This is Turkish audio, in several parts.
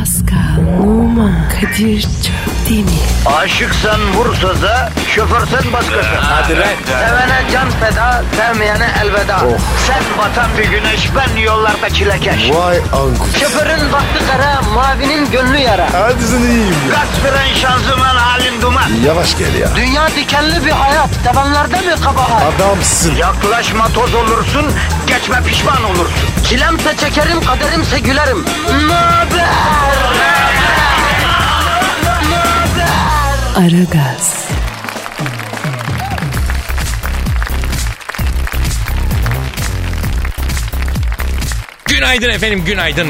Pascal, Oman, Kadir çok değil mi? Aşıksan vursa da, şoförsen başkasın. Hadi lan. Sevene can feda, sevmeyene elveda. Sen batan bir güneş, ben yollarda çilekeş. Vay anku. Şoförün baktı kara, mavinin gönlü yara. Hadi sen iyiyim ya. Kasperen şanzıman halin duman. Yavaş gel ya. Dünya dikenli bir hayat, sevenlerde mi kabahar? Adamsın. Yaklaşma toz olursun, geçme pişman olursun. Çilemse çekerim, kaderimse gülerim. Möber! Aragaz. Günaydın efendim,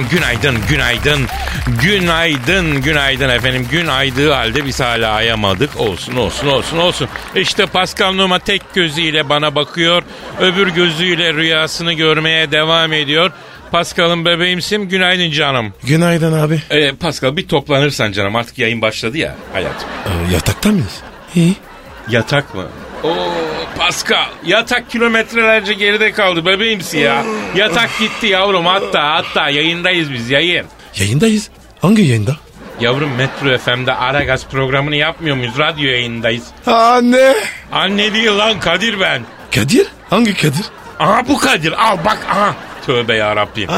günaydın efendim. Gün aydığı halde biz hala ayamadık. Olsun. İşte Pascal Numa tek gözüyle bana bakıyor, öbür gözüyle rüyasını görmeye devam ediyor. Pascal'ım bebeğimsin, günaydın canım. Günaydın abi. Pascal bir toplanırsan canım, artık yayın başladı ya hayatım. Yatakta mıyız? İyi. Yatak mı? Oo Pascal, yatak kilometrelerce geride kaldı bebeğimsi ya. Yatak gitti yavrum, hatta yayındayız biz, yayın. Yayındayız. Hangi yayında? Yavrum Metro FM'de Aragaz programını yapmıyor muyuz? Radyo yayındayız. Anne. Anne değil lan, Kadir ben. Kadir? Hangi Kadir? Aha bu Kadir, al bak aha. Tövbe yarabbim.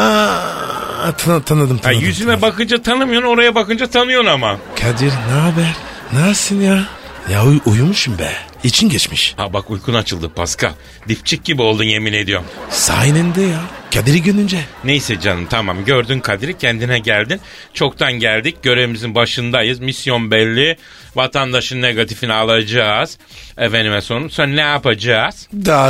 Tanıdım. Yüzüme bakınca tanımıyorsun, oraya bakınca tanıyorsun ama. Kadir ne haber? Nasılsın ya? Ya uyumuşum be. İçin geçmiş. Ha bak, uykun açıldı Pascal. Dipçik gibi oldun yemin ediyorum. Sayeninde ya. Kadir'i görünce. Neyse canım, tamam, gördün Kadir'i, kendine geldin. Çoktan geldik, görevimizin başındayız. Misyon belli. Vatandaşın negatifini alacağız. Efendime sonra ne yapacağız? Da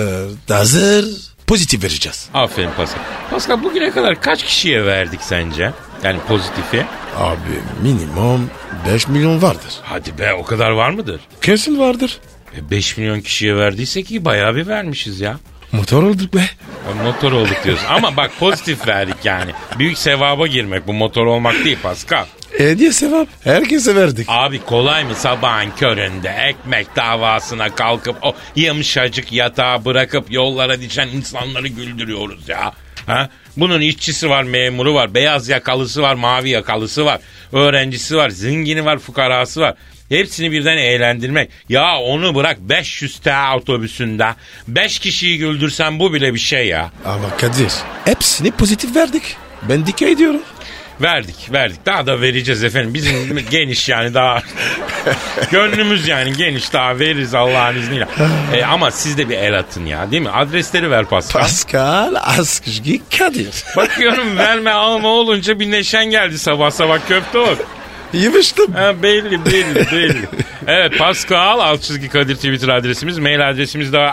hazır. Pozitif vereceğiz. Aferin Pascal. Pascal, bugüne kadar kaç kişiye verdik sence? Yani pozitifi. Abi minimum 5 milyon vardır. Hadi be, o kadar var mıdır? Kesin vardır. 5 milyon kişiye verdiysek iyi, bayağı bir vermişiz ya. Motor olduk be. Motor olduk diyorsun. Ama bak, pozitif verdik yani. Büyük sevaba girmek bu, motor olmak değil Pascal. Hediye sevap. Herkese verdik. Abi kolay mı sabahın köründe ekmek davasına kalkıp o yumuşacık yatağı bırakıp yollara düşen insanları güldürüyoruz ya. Ha? Bunun işçisi var, memuru var, beyaz yakalısı var, mavi yakalısı var, öğrencisi var, zengini var, fukarası var. Hepsini birden eğlendirmek. Ya onu bırak, 500 TL otobüsünde 5 kişiyi güldürsen bu bile bir şey ya. Ama Kadir, hepsini pozitif verdik. Ben dikey ediyorum. Verdik. Daha da vereceğiz efendim. Bizim geniş yani, daha gönlümüz yani geniş, daha veririz Allah'ın izniyle. Ama siz de bir el atın ya, değil mi? Adresleri ver Pascal. Pascal Askışgi Kadir. Bakıyorum verme alma olunca bir neşen geldi sabah köfte ol. Yemiştim. Belli. Evet, Pascal _Kadir Twitter adresimiz. Mail adresimiz de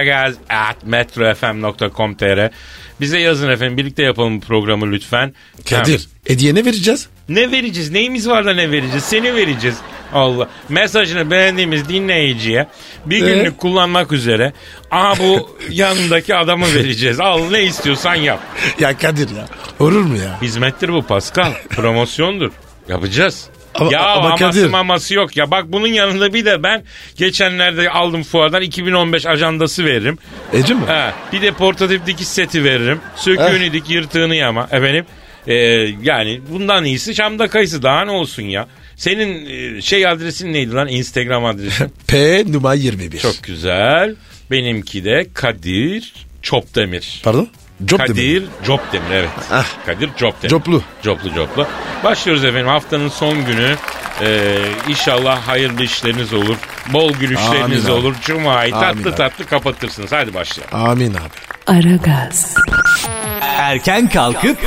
aragaz@metrofm.com.tr. Bize yazın efendim, birlikte yapalım bu programı lütfen. Kadir, hediye ne vereceğiz? Ne vereceğiz? Neyimiz var da ne vereceğiz? Seni vereceğiz. Allah. Mesajını beğendiğimiz dinleyiciye bir günlük kullanmak üzere bu yanındaki adamı vereceğiz. Al, ne istiyorsan yap. Ya Kadir ya, olur mu ya? Hizmettir bu Pascal. Promosyondur. Yapacağız. Ama Kadir, maması yok ya. Bak, bunun yanında bir de ben geçenlerde aldım fuardan 2015 ajandası veririm. Ece mi? Bir de portatif dikiş seti veririm. Söküğünü dik, yırtığını yama. Efendim yani bundan iyisi Şam'da kayısı, daha ne olsun ya. Senin adresin neydi lan, Instagram adresin? P numara 21. Çok güzel. Benimki de Kadir Çopdemir. Pardon? Kadir Çopdemir, evet. Kadir Çopdemir. Coplu. Başlıyoruz efendim, haftanın son günü. İnşallah hayırlı işleriniz olur. Bol gülüşleriniz olur. Cuma'yı tatlı kapatırsınız. Hadi başlayalım. Amin abi. Aragaz. Erken kalkıp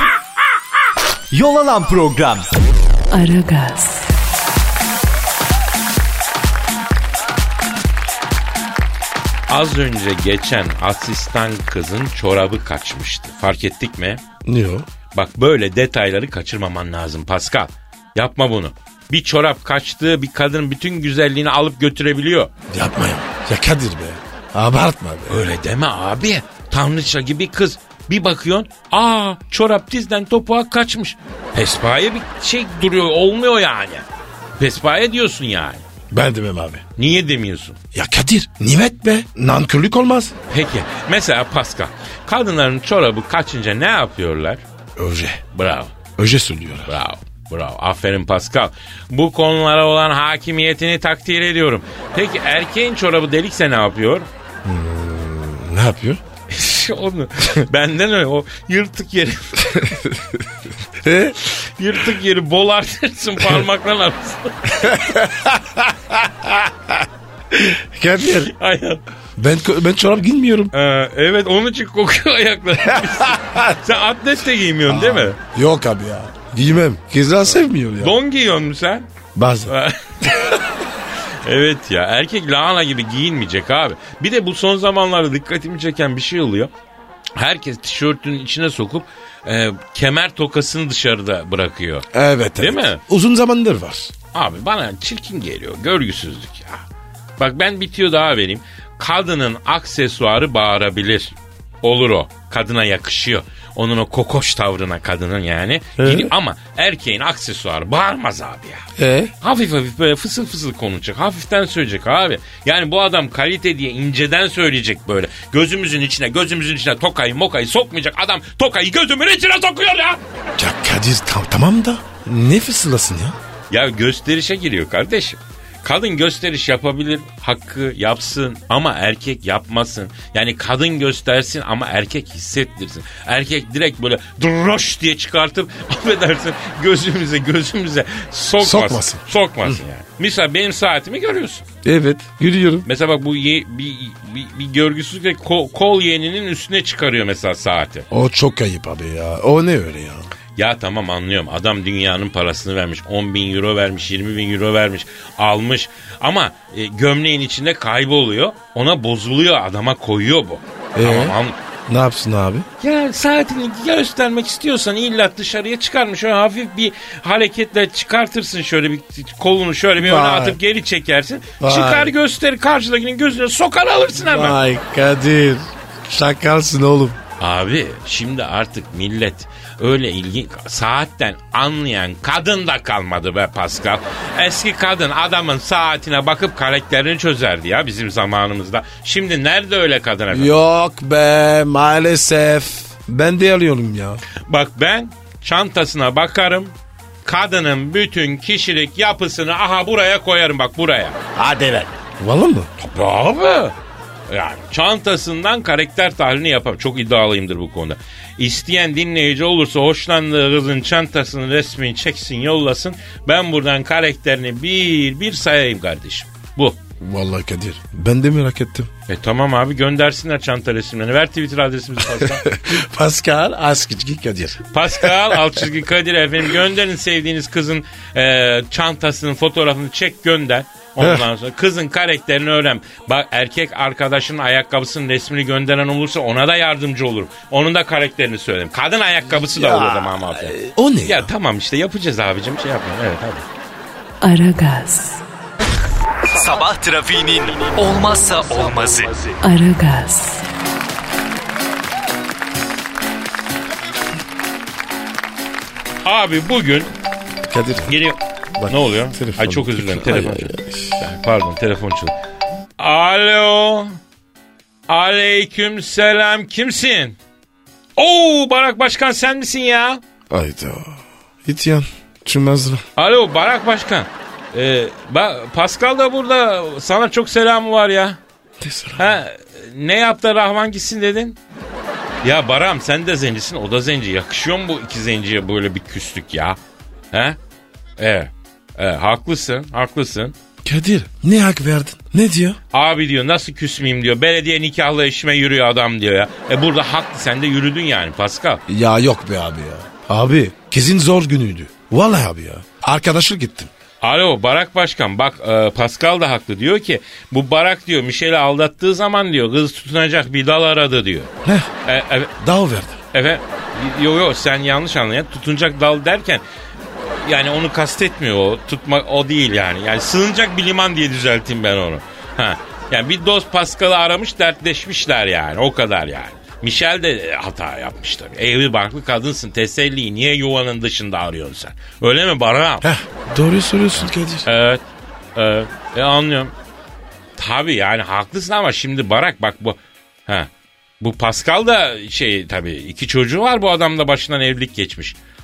yol alan program. Aragaz. Az önce geçen asistan kızın çorabı kaçmıştı. Fark ettik mi? Ne o? Bak, böyle detayları kaçırmaman lazım Pascal. Yapma bunu. Bir çorap kaçtığı bir kadın bütün güzelliğini alıp götürebiliyor. Yapma ya. Ya Kadir be. Abartma be. Öyle deme abi. Tanrıça gibi kız. Bir bakıyorsun, çorap dizden topuğa kaçmış. Pespaye bir şey duruyor, olmuyor yani. Pespaye diyorsun yani. Ben demem abi. Niye demiyorsun? Ya Kadir, nimet be. Nankörlük olmaz. Peki mesela Pascal, kadınların çorabı kaçınca ne yapıyorlar? Öje. Bravo. Öje söylüyorlar. Bravo. Bravo. Aferin Pascal. Bu konulara olan hakimiyetini takdir ediyorum. Peki erkeğin çorabı delikse ne yapıyor? Ne yapıyor? Onu benden öyle o yırtık yeri yırtık yeri bolartırsın parmakların arasında. Kadir. Aynen. Ben çorap giymiyorum. Evet onun için kokuyor ayakları. Sen atlet de giymiyorsun değil mi? Yok abi ya. Giymem. Kızlar sevmiyor ya. Don giyiyorsun mu sen? Bazen. Evet ya erkek lahana gibi giyinmeyecek abi. Bir de bu son zamanlarda dikkatimi çeken bir şey oluyor. Herkes tişörtünün içine sokup kemer tokasını dışarıda bırakıyor. Evet. Değil mi? Uzun zamandır var. Abi bana çirkin geliyor. Görgüsüzlük ya. Bak ben bitiyor daha vereyim. Kadının aksesuarı bağırabilir. Olur o. Kadına yakışıyor. Onun o kokoş tavrına kadının yani. Ama erkeğin aksesuarı bağırmaz abi ya. Hafif hafif böyle fısıl fısıl konuşacak. Hafiften söyleyecek abi. Yani bu adam kalite diye inceden söyleyecek böyle. Gözümüzün içine tokayı mokayı sokmayacak. Adam tokayı gözümün içine sokuyor ya. Ya Kadir tamam da ne fısıldasın ya? Ya gösterişe giriyor kardeşim. Kadın gösteriş yapabilir, hakkı yapsın ama erkek yapmasın. Yani kadın göstersin ama erkek hissettirsin. Erkek direkt böyle droş diye çıkartıp affedersin gözümüze sokmasın. Sokmasın yani. Misal benim saatimi görüyorsun. Evet görüyorum. Mesela bak bu bir görgüsüzlükle kol yeğeninin üstüne çıkarıyor mesela saati. O çok ayıp abi ya. O ne öyle ya? Ya tamam anlıyorum. Adam dünyanın parasını vermiş. 10 bin euro vermiş, 20 bin euro vermiş. Almış. Ama gömleğin içinde kayboluyor. Ona bozuluyor. Adama koyuyor bu. Tamam. Ne yapsın abi? Ya saatini göstermek istiyorsan illa dışarıya çıkarmış. Şöyle hafif bir hareketle çıkartırsın şöyle bir kolunu şöyle bir öne atıp geri çekersin. Çıkar göster karşıdakinin gözüne sokar alırsın hemen. Vay Kadir. Şakalsın oğlum. Abi şimdi artık millet öyle ilgi saatten anlayan kadın da kalmadı be Pascal. Eski kadın adamın saatine bakıp karakterini çözerdi ya bizim zamanımızda. Şimdi nerede öyle kadın efendim? Yok be maalesef. Ben de alıyorum ya. Bak ben çantasına bakarım. Kadının bütün kişilik yapısını aha buraya koyarım bak buraya. Hadi lan. Vallahi mı? Tabii abi. Yani çantasından karakter tahlilini yapar. Çok iddialıyımdır bu konuda. İsteyen dinleyici olursa hoşlandığı kızın çantasının resmini çeksin yollasın. Ben buradan karakterini bir sayayım kardeşim. Bu. Vallahi Kadir ben de merak ettim. Tamam abi göndersinler çanta resimlerini. Ver Twitter adresimizi Pascal. Pascal Askizgi Kadir. Pascal _ Kadir efendim gönderin sevdiğiniz kızın çantasının fotoğrafını çek gönder. Ondan sonra kızın karakterini öğren. Bak erkek arkadaşının ayakkabısının resmini gönderen olursa ona da yardımcı olurum. Onun da karakterini söylerim. Kadın ayakkabısı da olur o zaman abi. O ne ya? Tamam işte yapacağız abicim şey yapmayın. Evet hadi. Aragaz. Sabah trafiğinin olmazsa olmazı. Aragaz. Abi bugün Kadir. geliyor. Bak, ne oluyor? telefon. Ay çok özür dilerim. Telefon Ay, çalıyor. Pardon telefon çalıyor. Alo. Aleyküm selam. Kimsin? Oo Barak Başkan sen misin ya? Hayda. İtyan. Çımazlı. Alo Barak Başkan. Pascal da burada. Sana çok selamı var ya. Ne yaptı Rahman gitsin dedin? Ya Baram sen de zencisin o da zenci. Yakışıyor mu bu iki zenciye böyle bir küslük ya? He? Evet. Haklısın. Kadir ne hak verdin? Ne diyor? Abi diyor nasıl küsmeyeyim diyor. Belediye nikahlı eşime yürüyor adam diyor ya. Burada haklı sen de yürüdün yani Pascal. Ya yok be abi ya. Abi kızın zor günüydü. Vallahi abi ya. Arkadaşlık gittim. Alo Barak Başkan bak Pascal da haklı diyor ki bu Barak diyor Michel'i aldattığı zaman diyor kız tutunacak bir dal aradı diyor. Dal verdi. Evet yok sen yanlış anladın. Tutunacak dal derken yani onu kastetmiyor o tutma o değil yani. Yani sığınacak bir liman diye düzelteyim ben onu. Yani bir dost Pascal'ı aramış dertleşmişler yani o kadar yani. Michel de hata yapmış tabii. Evli barklı kadınsın teselliyi niye yuvanın dışında arıyorsun sen? Öyle mi Baran? Doğru söylüyorsun Kadir. Evet. Anlıyorum. Tabii yani haklısın ama şimdi Barak bak bu. Bu Pascal da tabii 2 çocuğu var bu adam da başından evlilik geçmiş.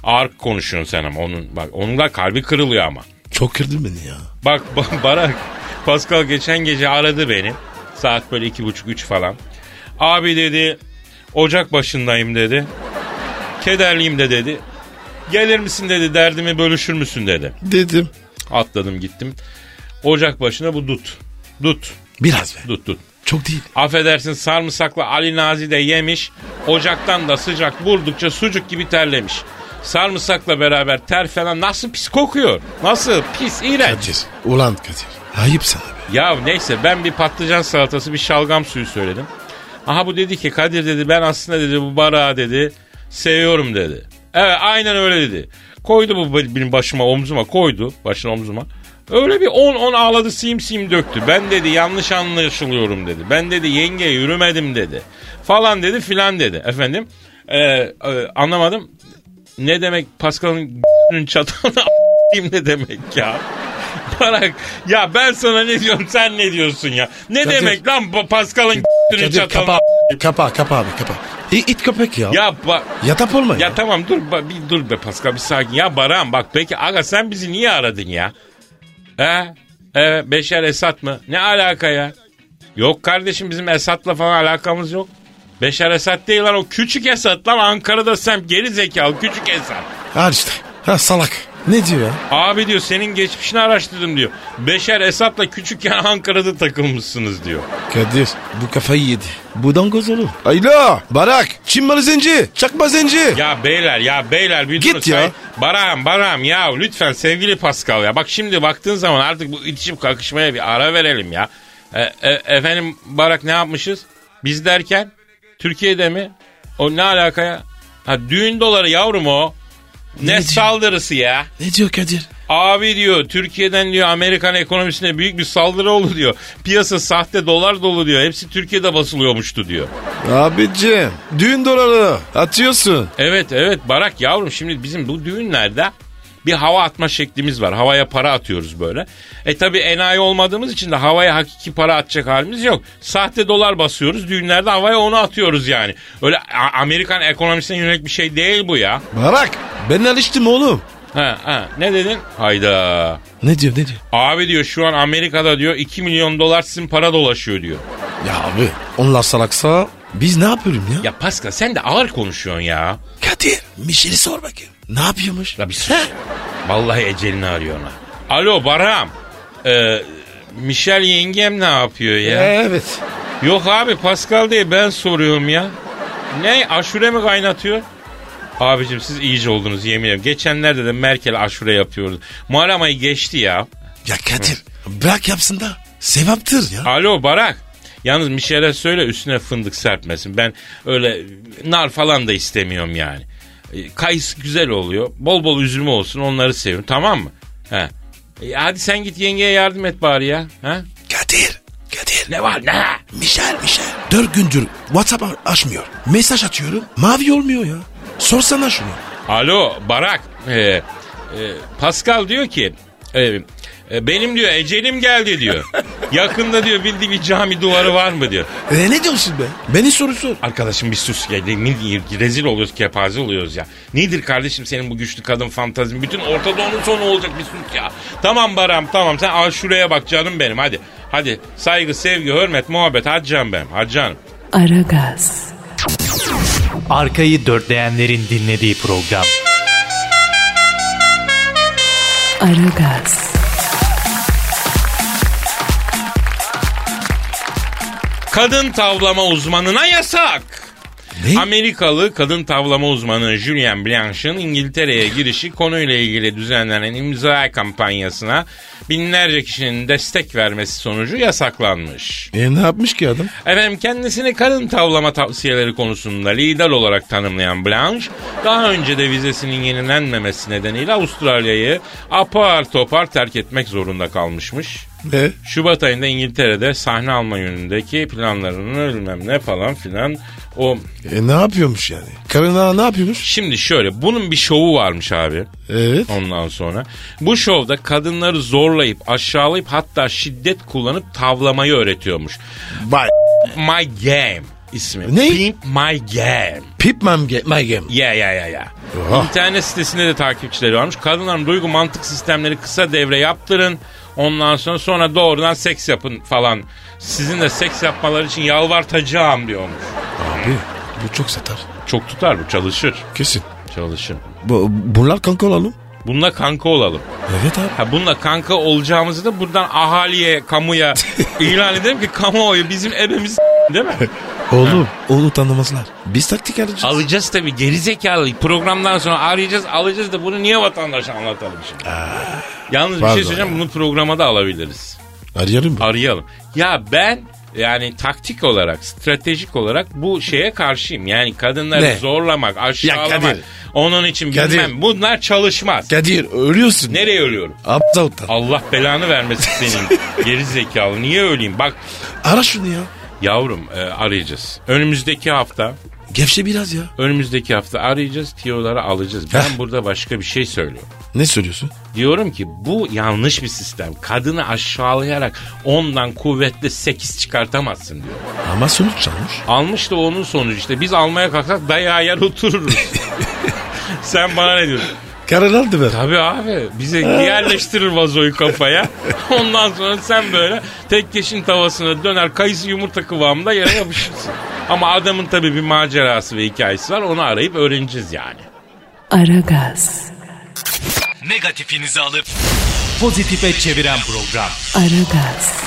Ağır konuşuyorsun sen ama onun da kalbi kırılıyor ama. Çok kırdın beni ya. Bak Barak, Pascal geçen gece aradı beni. Saat böyle 2.30-3 falan. Abi dedi, ocak başındayım dedi. Kederliyim de dedi. Gelir misin dedi, derdimi bölüşür müsün dedi. Dedim. Atladım gittim. Ocak başına bu dut. Biraz ver. Dut. Çok değil. Affedersin, sarımsakla Ali Nazi de yemiş. Ocaktan da sıcak vurdukça sucuk gibi terlemiş. Sarımsakla beraber ter falan nasıl pis kokuyor. Nasıl pis, iğrenç. Kadir. Ulan Kadir. Ayıp sana be. Ya neyse, ben bir patlıcan salatası, bir şalgam suyu söyledim. Aha bu dedi ki, Kadir dedi, ben aslında dedi bu Barak'ı dedi seviyorum dedi. Evet aynen öyle dedi. Koydu bu benim başıma, omzuma koydu. Başına omzuma. Öyle bir 10 ağladı, sim döktü. Ben dedi yanlış anlaşılıyorum dedi. Ben dedi yenge yürümedim dedi. Falan dedi filan dedi. Efendim anlamadım. Ne demek Pascal'ın çatağına ne demek ya? Barak ya, ben sana ne diyorum, sen ne diyorsun ya? Ne Kadir. demek lan Pascal'ın çatağına? Kapa abi. İt köpek ya. Ya Yatap olma ya. Ya tamam dur be Pascal, bir sakin. Ya Barak'ım bak, peki aga sen bizi niye aradın ya? Beşer Esad mı? Ne alaka ya? Yok kardeşim, bizim Esad'la falan alakamız yok. Beşer Esad değil lan, o küçük Esad lan, Ankara'da sen geri zekalı küçük Esad. Al işte. Salak. Ne diyor ya? Abi diyor, senin geçmişini araştırdım diyor. Beşer Esad'la küçükken Ankara'da takılmışsınız diyor. Kadir bu kafayı yedi. Bu dangoz olur. Ayla Barak. Çin malı zenci. Çakma zenci. Ya beyler bir git ya. Barak'ım ya lütfen sevgili Pascal ya. Bak şimdi baktığın zaman artık bu itişip kakışmaya bir ara verelim ya. Efendim Barak, ne yapmışız? Biz derken Türkiye'de mi? O ne alaka ya? Ha, düğün doları yavrum o. Ne saldırısı ya? Ne diyor Kadir? Abi diyor, Türkiye'den diyor Amerikan ekonomisine büyük bir saldırı oldu diyor. Piyasa sahte dolar dolu diyor. Hepsi Türkiye'de basılıyormuştu diyor. Abicim düğün doları atıyorsun. Evet Barak yavrum, şimdi bizim bu düğünlerde bir hava atma şeklimiz var. Havaya para atıyoruz böyle. Tabi enayi olmadığımız için de havaya hakiki para atacak halimiz yok. Sahte dolar basıyoruz. Düğünlerde havaya onu atıyoruz yani. Öyle Amerikan ekonomisine yönelik bir şey değil bu ya. Barak ben alıştım oğlum. Ne dedin? Hayda. Ne diyor? Abi diyor, şu an Amerika'da diyor 2 milyon dolar sizin para dolaşıyor diyor. Ya abi onlar salaksa biz ne yapıyoruz ya? Ya Pascal, sen de ağır konuşuyorsun ya. Kadir Michel'i sor bakayım. Ne yapıyormuş? La bir sus. Vallahi ecelini arıyor ona. Alo Barak'ım. Michel yengem ne yapıyor ya? Evet. Yok abi, Pascal değil, ben soruyorum ya. Ne, aşure mi kaynatıyor? Abicim siz iyice oldunuz yemin ederim. Geçenlerde de Merkel aşure yapıyordu. Muharrem ayı geçti ya. Ya Kadir bırak yapsın da sevaptır ya. Alo Barak. Yalnız Michel'e söyle üstüne fındık serpmesin. Ben öyle nar falan da istemiyorum yani. Kayısı güzel oluyor. Bol bol üzümü olsun, onları seviyorum, tamam mı? Hadi sen git yengeye yardım et bari ya. Kadir. Ne var ne? Michel. 4 gündür WhatsApp açmıyor. Mesaj atıyorum. Mavi olmuyor ya. Sorsana şunu. Alo Barak. Pascal diyor ki benim diyor ecelim geldi diyor. Yakında diyor bildiği bir cami duvarı var mı diyor. Ne diyorsun be? Beni sor. Arkadaşım bir sus ya. Rezil oluyoruz, kepaze oluyoruz ya. Nedir kardeşim senin bu güçlü kadın fantazin? Bütün Orta Doğu'nun sonu olacak, bir sus ya. Tamam Barak'ım tamam, sen al şuraya bak canım benim, hadi. Hadi saygı, sevgi, hürmet, muhabbet, hadi canım benim, hadi canım. Aragaz. Arkayı dörtleyenlerin dinlediği program. Aragaz. Kadın tavlama uzmanına yasak. Ne? Amerikalı kadın tavlama uzmanı Julian Blanche'ın İngiltere'ye girişi konuyla ilgili düzenlenen imza kampanyasına binlerce kişinin destek vermesi sonucu yasaklanmış. Ne yapmış ki adam? Efendim, kendisini kadın tavlama tavsiyeleri konusunda lider olarak tanımlayan Blanche, daha önce de vizesinin yenilenmemesi nedeniyle Avustralya'yı apar topar terk etmek zorunda kalmışmış. Ne? Şubat ayında İngiltere'de sahne alma yönündeki planlarını bilmem ne falan filan o... Ne yapıyormuş yani? Karına ne yapıyormuş? Şimdi şöyle, bunun bir şovu varmış abi. Evet. Ondan sonra bu şovda kadınları zorlayıp aşağılayıp hatta şiddet kullanıp tavlamayı öğretiyormuş. Vay. My game. ismi. Ne? Pimp My Game. Pimp My Game. Ya. Oha. İnternet sitesinde de takipçileri varmış. Kadınların duygu mantık sistemleri kısa devre yaptırın. Ondan sonra doğrudan seks yapın falan. Sizin de seks yapmaları için yalvartacağım diyormuş. Abi bu çok satar. Çok tutar bu, çalışır. Kesin. Çalışır. Bunlar kanka olalım. Bununla kanka olalım. Evet abi. Ha, bununla kanka olacağımızı da buradan ahaliye, kamuya ilan edelim ki kamuoyu bizim ebemiz değil mi? Oğlum onu tanımazlar. Biz taktik arayacağız. Alacağız tabii, gerizekalı. Programdan sonra arayacağız, alacağız da bunu niye vatandaşa anlatalım şimdi? Yalnız bir pardon şey söyleyeceğim, bunu programa da alabiliriz. Arayalım mı? Arayalım. Ya ben yani taktik olarak, stratejik olarak bu şeye karşıyım. Yani kadınları Ne? zorlamak, aşağılamak. Kadir. Onun için Kadir. bilmem. Bunlar çalışmaz. Kadir ölüyorsun. Nereye ölüyorum? Aptal. Allah belanı vermesin senin. Geri zekalı. Niye öleyim? Bak Ara şunu ya. yavrum, arayacağız. Önümüzdeki hafta Gevşe biraz ya. arayacağız. Tiyoları alacağız. Ben burada başka bir şey söylüyorum. Ne söylüyorsun? Diyorum ki bu yanlış bir sistem. Kadını aşağılayarak ondan kuvvetli 8 çıkartamazsın diyor. Ama sonuç çalmış. Almış da onun sonucu işte. Biz almaya kalksak dayağı yer otururuz. Sen bana ne diyorsun? Karalardı be. Tabii abi. Bize yerleştirir vazoyu kafaya. Ondan sonra sen böyle tek keşin tavasına döner kayısı yumurta kıvamında yere yapışırsın. Ama adamın tabii bir macerası ve hikayesi var. Onu arayıp öğreneceğiz yani. Aragaz, Negatifinizi alıp pozitife çeviren program. Aragaz,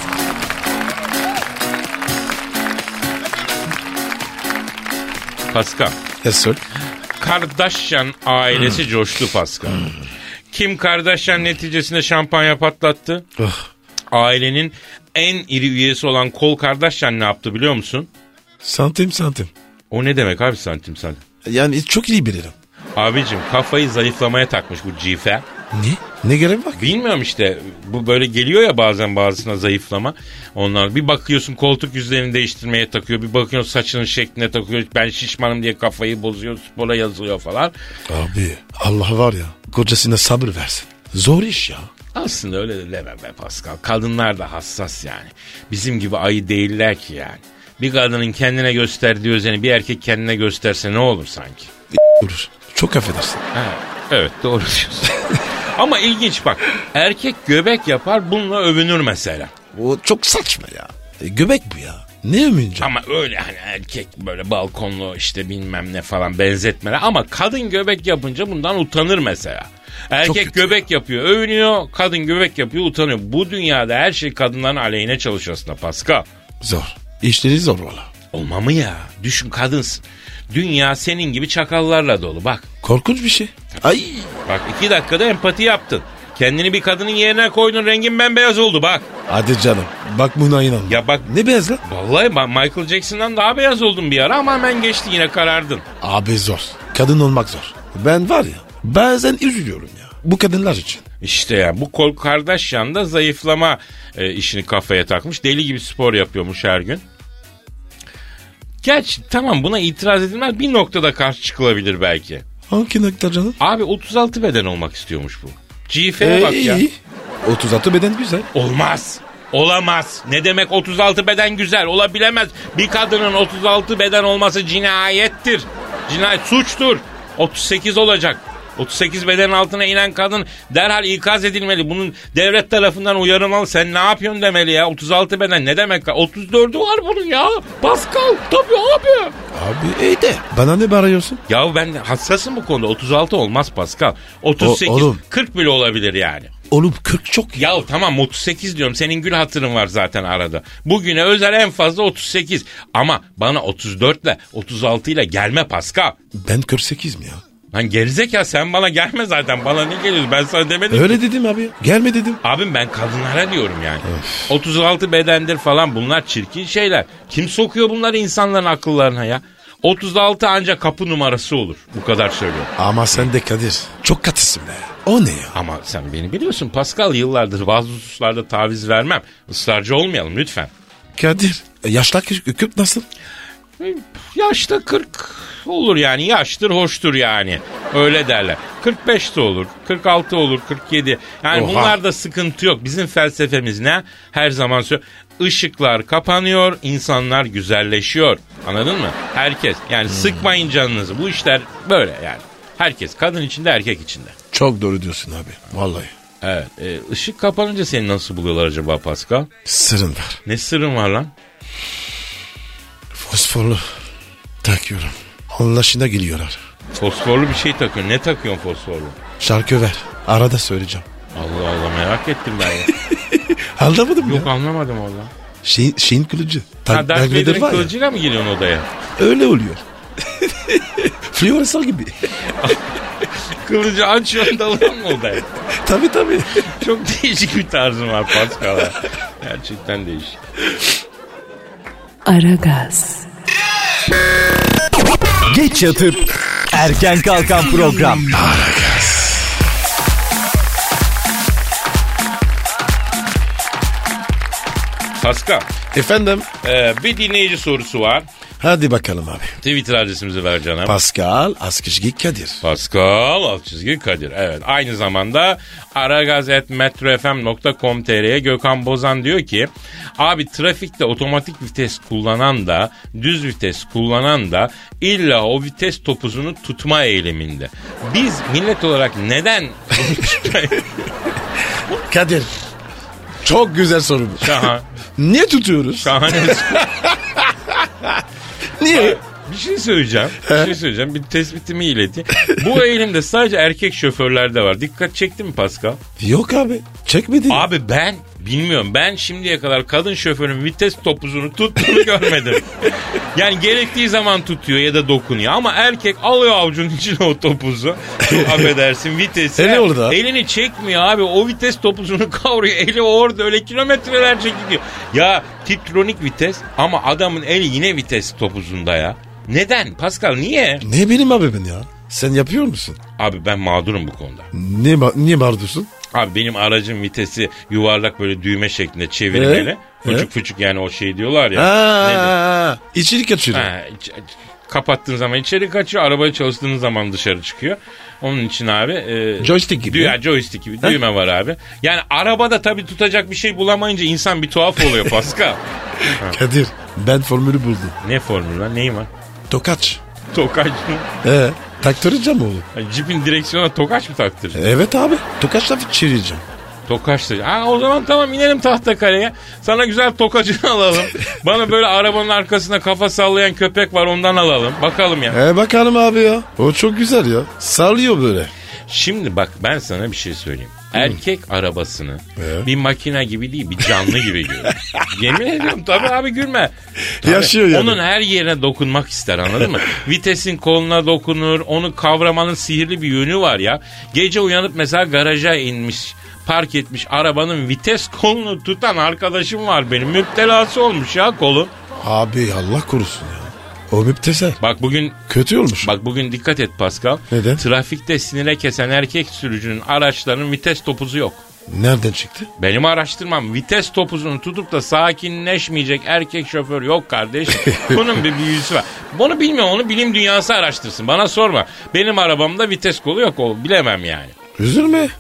Pascal. Yes sir. Kardashian ailesi coştu Pascal. Kim Kardashian neticesinde şampanya patlattı? Ailenin en iri üyesi olan Khloe Kardashian ne yaptı biliyor musun? Santim. O ne demek abi, santim? Yani çok iyi bilirim. Abicim kafayı zayıflamaya takmış bu cife. Ne? Ne gerek var? Bilmiyorum işte, bu böyle geliyor ya bazen bazısına zayıflama. Onlar bir bakıyorsun koltuk yüzlerini değiştirmeye takıyor. Bir bakıyorsun saçının şekline takıyor. Ben şişmanım diye kafayı bozuyor, spora yazılıyor falan. Abi Allah var ya kocasına sabır versin. Zor iş ya. Aslında öyle de demem be Pascal. Kadınlar da hassas yani. Bizim gibi ayı değiller ki yani. Bir kadının kendine gösterdiği özeni bir erkek kendine gösterse ne olur sanki? Durur. Çok affedersin. Ha, evet doğru diyorsun. Ama ilginç bak. Erkek göbek yapar, bununla övünür mesela. O çok saçma ya. Göbek bu ya. Ne övünce? Ama öyle hani erkek böyle balkonlu işte bilmem ne falan benzetmeler. Ama kadın göbek yapınca bundan utanır mesela. Erkek göbek yapıyor, övünüyor. Kadın göbek yapıyor, utanıyor. Bu dünyada her şey kadınların aleyhine çalışıyor aslında Pascal. Zor. İşleri zor valla. Olma mı ya? Düşün, kadınsın. Dünya senin gibi çakallarla dolu bak. Korkunç bir şey. Ay. Bak 2 dakikada empati yaptın. Kendini bir kadının yerine koydun, rengin bembeyaz oldu bak. Hadi canım. Bak buna inan. Ya bak. Ne beyaz lan? Vallahi Michael Jackson'dan daha beyaz oldun bir ara ama hemen geçti, yine karardın. Abi zor. Kadın olmak zor. Ben var ya bazen üzülüyorum ya. Bu kadınlar için. İşte ya bu Khloe Kardashian da zayıflama işini kafaya takmış. Deli gibi spor yapıyormuş her gün. Gerçi tamam, buna itiraz edilmez, bir noktada karşı çıkılabilir belki. Hangi nokta canım? Abi 36 beden olmak istiyormuş bu. GF'ye bak ya. 36 beden güzel. Olmaz. Olamaz. Ne demek 36 beden güzel? Olabilemez. Bir kadının 36 beden olması cinayettir. Cinayet, suçtur. 38 olacak. 38 bedenin altına inen kadın derhal ikaz edilmeli. Bunun devlet tarafından uyarılmalı. Sen ne yapıyorsun demeli ya. 36 beden ne demek? 34'ü var bunun ya. Pascal tabii abi. Abi iyi de bana ne bağırıyorsun? Ya ben hassasım bu konuda. 36 olmaz Pascal. 38, oğlum. 40 bile olabilir yani. Oğlum 40 çok ya. Ya tamam 38 diyorum. Senin gül hatırın var zaten arada. Bugüne özel en fazla 38. Ama bana 34 ile 36 ile gelme Pascal. Ben 48'im ya. Lan gerizekalı, sen bana gelme zaten. Bana ne geliyorsun? Ben sana demedim. Öyle dedim abi. Gelme dedim. Abim ben kadınlara diyorum yani. 36 bedendir falan, bunlar çirkin şeyler. Kim sokuyor bunları insanların akıllarına ya? 36 ancak kapı numarası olur. Bu kadar söylüyorum. Ama sen de Kadir. Çok katısın be. O ne ya? Ama sen beni biliyorsun Pascal, yıllardır bazı hususlarda taviz vermem. Israrcı olmayalım lütfen. Kadir yaşlar küp nasıl? Yaşta 40 olur yani. Yaştır hoştur yani. Öyle derler. 45 de olur. 46 olur. 47. Yani Oha. bunlarda sıkıntı yok. Bizim felsefemiz ne? Her zaman söylüyorum. Işıklar kapanıyor. İnsanlar güzelleşiyor. Anladın mı? Herkes. Yani sıkmayın canınızı. Bu işler böyle yani. Herkes. Kadın içinde, erkek içinde. Çok doğru diyorsun abi. Vallahi. Evet. Işık kapanınca seni nasıl buluyorlar acaba Pascal? Sırrın var. Ne sırrın var lan? Fosforlu takıyorum. Anlaşına geliyorlar. Fosforlu bir şey takıyorsun. Ne takıyorsun fosforlu? Şarkı ver. Arada söyleyeceğim. Allah Allah, merak ettim ben ya. Anlamadım Yok ya. Anlamadım valla. Şeyin kılıcı. Ha, Darth Vader'ın kılıcıyla mı giriyorsun odaya? Öyle oluyor. Floresan gibi. Kılıcı açıyorsun, dalıyorsun mu odaya? Tabii. Çok değişik bir tarzın var Pascal. Gerçekten değişik. Aragaz, Geç yatıp erken kalkan program. Pascal, Efendim? bir dinleyici sorusu var. Hadi bakalım abi. Twitter adresimizi ver canım. Pascal Askışgi Kadir. Pascal _ Kadir. Evet. Aynı zamanda aragaz@metrofm.com.tr'ye Gökhan Bozan diyor ki, abi trafikte otomatik vites kullanan da düz vites kullanan da illa o vites topuzunu tutma eğiliminde. Biz millet olarak neden Kadir. Çok güzel soru bu. Şahan, Niye tutuyoruz? şahane. Niye? Bir şey söyleyeceğim. Bir tespitimi ileteyim. Bu eğilimde sadece erkek şoförlerde var. Dikkat çekti mi Pascal? Yok abi. Çekmedi. Abi ben bilmiyorum. Ben şimdiye kadar kadın şoförün vites topuzunu tuttuğunu görmedim. Yani gerektiği zaman tutuyor ya da dokunuyor. Ama erkek alıyor avucunun içine o topuzu. Çok affedersin vitesi. Ne oldu da? Elini çekmiyor abi. O vites topuzunu kavruyor. Eli orada öyle kilometrelerce gidiyor. Ya tiptronik vites ama adamın eli yine vites topuzunda ya. Neden? Pascal niye? Ne bileyim abi ben ya. Sen yapıyor musun? Abi ben mağdurum bu konuda. Niye bağırıyorsun? Abi benim aracın vitesi yuvarlak böyle düğme şeklinde çevirmeli. Fıçık fıçık yani o şey diyorlar ya. İçeri kaçırıyor. Kapattığın zaman içeri kaçıyor. Arabayı çalıştığın zaman dışarı çıkıyor. Onun için abi. Joystick gibi. Joystick gibi düğme var abi. Yani arabada tabii tutacak bir şey bulamayınca insan bir tuhaf oluyor Pascal. Kadir ben formülü buldum. Ne formülü lan? Neyi var? Tokaç. Tokaç mı? Taktıracağım oğlum. Cipin direksiyona tokaç mı taktır? Evet abi. Tokaçla çevireceğim. Tokaçla. O zaman tamam, inelim Tahtakale'ye. Sana güzel tokacını alalım. Bana böyle arabanın arkasında kafa sallayan köpek var, ondan alalım. Bakalım ya. Bakalım abi ya. O çok güzel ya. Sallıyor böyle. Şimdi bak ben sana bir şey söyleyeyim. Erkek arabasını bir makine gibi değil, bir canlı gibi görüyor. Yemin ediyorum tabii abi, gülme. Tabii, yaşıyor yani. Onun her yerine dokunmak ister, anladın mı? Vitesin koluna dokunur, onu kavramanın sihirli bir yönü var ya. Gece uyanıp mesela garaja inmiş, park etmiş arabanın vites kolunu tutan arkadaşım var benim. Müptelası olmuş ya kolun. Abi Allah korusun ya. O müptesel. Bak bugün kötü olmuş. Bak bugün dikkat et Pascal. Neden? Trafikte sinire kesen erkek sürücünün araçlarının vites topuzu yok. Nereden çıktı? Benim araştırmam, vites topuzunu tutup da sakinleşmeyecek erkek şoför yok kardeş. Bunun bir büyüsü var. Bunu bilmiyorum, onu bilim dünyası araştırsın. Bana sorma. Benim arabamda vites kolu yok, o bilemem yani. Üzülme.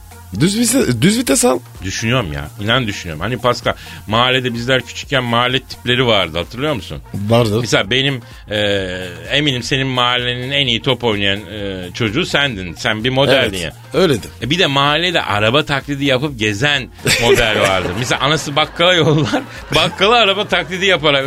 Düz vites al. Düşünüyorum ya. İnan düşünüyorum. Hani Pascal, mahallede bizler küçükken mahalle tipleri vardı, hatırlıyor musun? Vardı. Mesela benim eminim senin mahallenin en iyi top oynayan çocuğu sendin. Sen bir modeldin evet, ya. Öyledim. Bir de mahallede araba taklidi yapıp gezen model vardı. Mesela anası bakkala yollar. Bakkala araba taklidi yaparak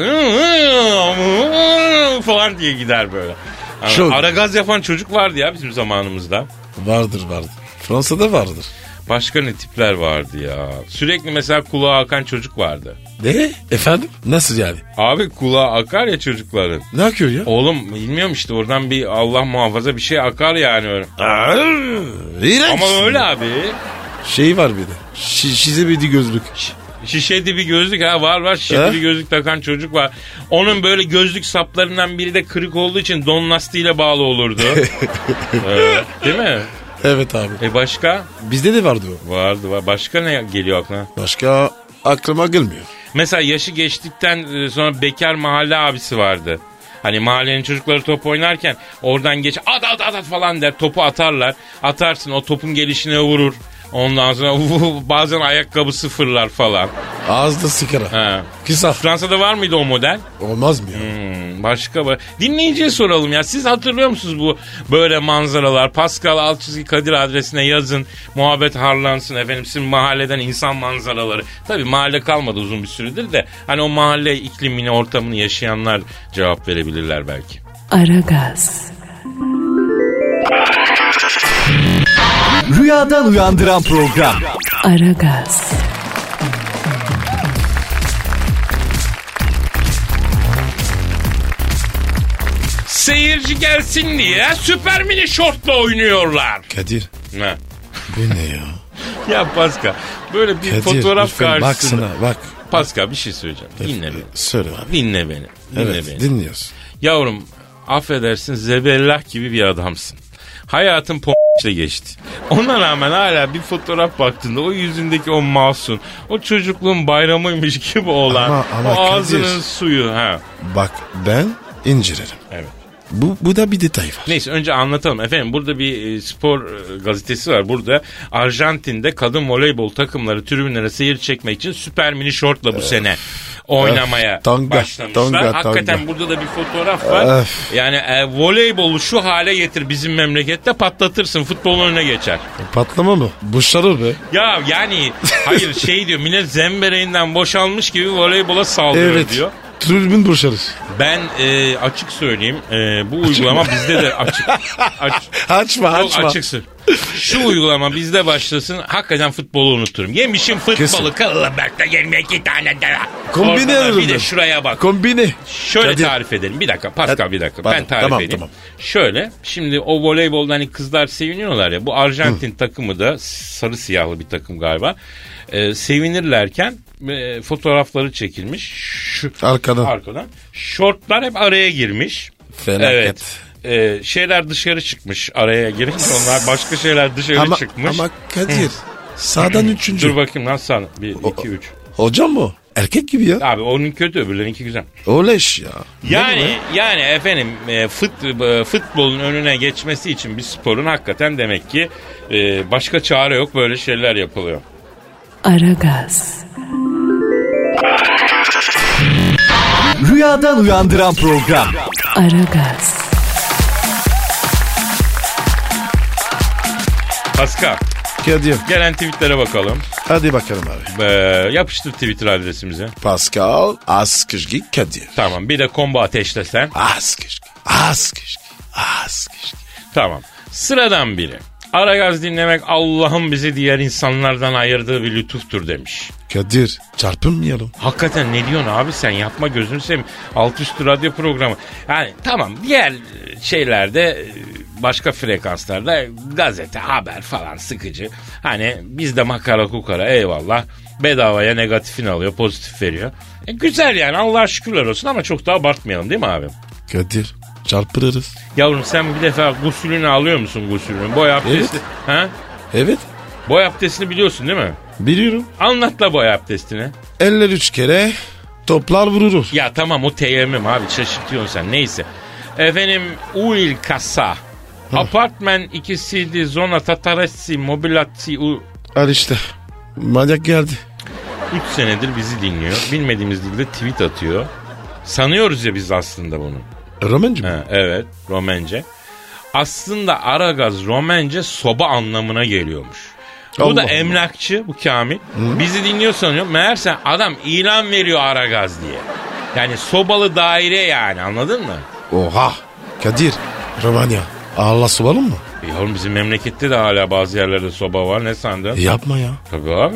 falan diye gider böyle. Yani ara gaz yapan çocuk vardı ya bizim zamanımızda. Vardır. Fransa'da vardır. Başka ne tipler vardı ya. Sürekli mesela kulağa akan çocuk vardı. Ne? Efendim? Nasıl yani? Abi kulağa akar ya çocukların. Ne akıyor ya? Oğlum bilmiyorum işte, oradan bir Allah muhafaza bir şey akar yani öyle. İğrenç. Ama öyle abi. Şey var bir de. Şize bir gözlük. Şişe dibi gözlük var şişe dibi gözlük takan çocuk var. Onun böyle gözlük saplarından biri de kırık olduğu için don lastiğiyle bağlı olurdu. Değil mi? Evet abi. Başka? Bizde de vardı o. Vardı. Başka ne geliyor aklına? Başka aklıma gelmiyor. Mesela yaşı geçtikten sonra bekar mahalle abisi vardı. Hani mahallenin çocukları top oynarken oradan geç at falan der, topu atarlar. Atarsın, o topun gelişine vurur. Ondan sonra bazen ayakkabısı fırlar falan. Ağızda sigara. Ha. Kısa. Fransa'da var mıydı o model? Olmaz mı ya? Başka var. Dinleyiciye soralım ya. Siz hatırlıyor musunuz bu böyle manzaralar? Pascal Altçizgi Kadir adresine yazın. Muhabbet harlansın efendim. Sizin mahalleden insan manzaraları. Tabii mahalle kalmadı uzun bir süredir de. Hani o mahalle iklimini, ortamını yaşayanlar cevap verebilirler belki. Aragaz, Rüyadan uyandıran program. Aragaz, Seyirci gelsin diye süper mini şortla oynuyorlar. Kadir Ne? bu ne ya? Ya Pascal böyle bir Kadir, fotoğraf lütfen karşısında. baksana bak. Pascal bir şey söyleyeceğim. Dinle beni. Söyle abi. Dinle beni. Dinle Evet beni. dinliyorsun. Yavrum affedersin zebellah gibi bir adamsın. Hayatın p***le geçti. Ona rağmen hala bir fotoğraf baktığında o yüzündeki o masum, o çocukluğun bayramıymış gibi olan Ama o ağzının Kadir, suyu. Ha. bak ben incelerim. Evet. Bu da bir detay var. Neyse önce anlatalım. Efendim burada bir spor gazetesi var. Burada Arjantin'de kadın voleybol takımları tribünlere seyir çekmek için süper mini şortla bu sene oynamaya başlamışlar. Hakikaten burada da bir fotoğraf var. Yani voleybolu şu hale getir bizim memlekette patlatırsın. Futbolun önüne geçer. Patlama mı? Boşalır be. Ya yani hayır şey diyor, millet zembereğinden boşalmış gibi voleybola saldırıyor Evet. diyor. Tribün boşalır. Ben açık söyleyeyim bu uygulama bizde de açık. Açma. Yok açıksın. Şu uygulama bizde başlasın, hakikaten futbolu unuturum. Yemişim futbolu Kesin. Kılıbak'ta 22 tane de. Kombine Ortada bir de alırım. şuraya bak. Kombine. Şöyle Kadir. tarif edelim. Bir dakika Pascal bir dakika. Pardon, Ben tarif tamam, edeyim. tamam. Şöyle şimdi o voleybolda hani kızlar seviniyorlar ya. Bu Arjantin takımı da sarı siyahlı bir takım galiba. Sevinirlerken fotoğrafları çekilmiş. Arkadan. Şortlar hep araya girmiş. Felaket. Evet. Şeyler dışarı çıkmış araya girince, onlar başka şeyler dışarı çıkmış. Ama Kadir sağdan üçüncü. Dur bakayım nasıl? 1, 2, 3. Hocam mı? Erkek gibi ya. Abi onun kötü, öbürlerinki güzel. Oleş ya. Yani efendim futbolun önüne geçmesi için bir sporun hakikaten demek ki başka çare yok, böyle şeyler yapılıyor. Aragaz, Rüyadan uyandıran program. Aragaz, Pascal, Kadir. gelen tweetlere bakalım. Hadi bakalım abi. Yapıştır Twitter adresimize. Pascal Askışgi Kadir. Tamam, bir de combo ateşlesen. Askışgi. Tamam. Sıradan biri. Aragaz dinlemek Allah'ın bizi diğer insanlardan ayırdığı bir lütuftur demiş. Kadir çarpılmayalım. Hakikaten ne diyorsun abi sen, yapma gözünü seveyim. Alt üstü radyo programı. Yani tamam, diğer şeylerde başka frekanslarda gazete, haber falan sıkıcı. Hani bizde makara kukara eyvallah. Bedavaya negatifini alıyor, pozitif veriyor. Güzel yani, Allah'a şükürler olsun ama çok da abartmayalım değil mi abi? Kadir çarpılırız. Yavrum sen bir defa gusülünü alıyor musun, gusülünü? Boy abdesti. Evet. Ha? Evet Boy abdestini biliyorsun değil mi? biliyorum. Anlatla boy abdestini. Eller 3 kere toplar vurulur. Ya tamam, o teyemmüm abi, şaşırtıyorsun sen, neyse. Efendim Uil Kasa. Apartman 2 CD zona tataresi mobilatsi Al işte manyak geldi. 3 senedir bizi dinliyor. Bilmediğimiz dilde tweet atıyor. Sanıyoruz ya biz aslında bunu. Romancı mı? Ha, evet, Romence. Aslında Aragaz Romence soba anlamına geliyormuş. Bu Allah da Allah. emlakçı, bu Kamil. Bizi dinliyor sanıyor. Meğerse adam ilan veriyor Aragaz diye. Yani sobalı daire yani, anladın mı? Oha. Kadir Romanya. Allah sobalım mı? Yavrum bizim memlekette de hala bazı yerlerde soba var, ne sandın? Yapma ya. Tabii abi.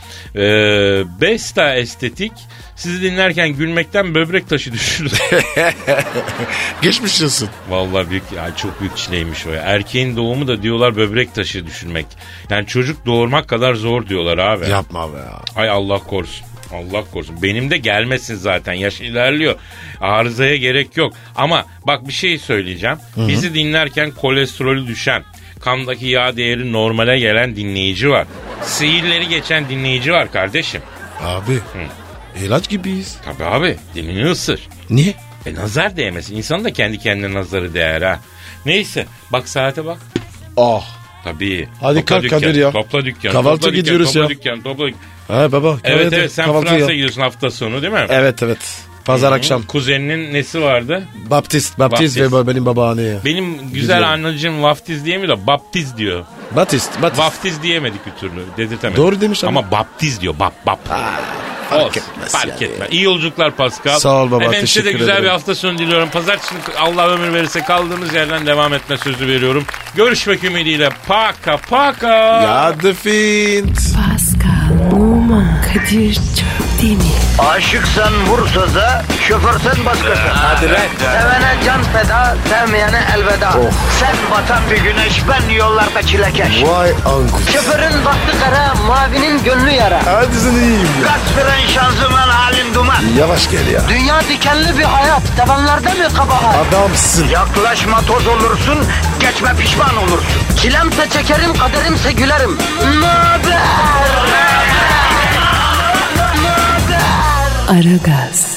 Besta Estetik sizi dinlerken gülmekten böbrek taşı düşürdü. Geçmiş olsun. Vallahi büyük, ya çok büyük çileymiş o ya. Erkeğin doğumu da diyorlar böbrek taşı düşürmek. Yani çocuk doğurmak kadar zor diyorlar abi. Yapma be ya. Ay Allah korusun. Allah korusun. Benim de gelmesin zaten. Yaş ilerliyor. Arızaya gerek yok. Ama bak bir şey söyleyeceğim. Hı-hı. Bizi dinlerken kolesterolü düşen, kandaki yağ değeri normale gelen dinleyici var. Seyirleri geçen dinleyici var kardeşim. Abi ilaç gibiyiz. Tabii abi, dilini ısır. Niye? Nazar değmesin. İnsan da kendi kendine nazarı değer ha. Neyse bak saate bak. Oh. Tabii. Hadi Topla kalk dükkanı, Kadir ya. Topla dükkanı. Kahvaltı topla gidiyoruz dükkanı, ya. Topla dükkanı. Ha baba. Evet sen kahvaltı Fransa'ya ya. gidiyorsun hafta sonu değil mi? Evet. Pazar akşam. Kuzeninin nesi vardı? Baptist Baptist. ve benim babaanne ya. Benim güzel Gidiyorum. anneciğim vaftiz diyemiyor da baptiz diyor. Baptist. Vaftiz diyemedik bir türlü. Dedirtemedik. Doğru demiş ama. Ama baptiz diyor. Bap. Fark etmez Fark yani. etmez. İyi yolculuklar Pascal. Sağ ol baba, Efendim size de teşekkür güzel ederim. bir hafta sonu diliyorum. Pazartesi Allah ömür verirse kaldığımız yerden devam etme sözü veriyorum. Görüşmek ümidiyle. Paka. Ya the Fiend. Pascal, Oman, Kadir çok değil mi? Aşıksan vursa da, şoförsen başkasın. Hadi lan. Sevene can feda, sevmeyene elveda. Sen batan bir güneş, ben yollarda çilekeş. Vay anku. Şoförün baktı kara, mavinin gönlü yara. Hadi sen iyiyim ya. Kasperen şanzıman halin duman. Yavaş gel ya. Dünya dikenli bir hayat, sevenlerde mi kabahar? Adamsın. Yaklaşma toz olursun, geçme pişman olursun. Çilemse çekerim, kaderimse gülerim. Möber! Aragaz.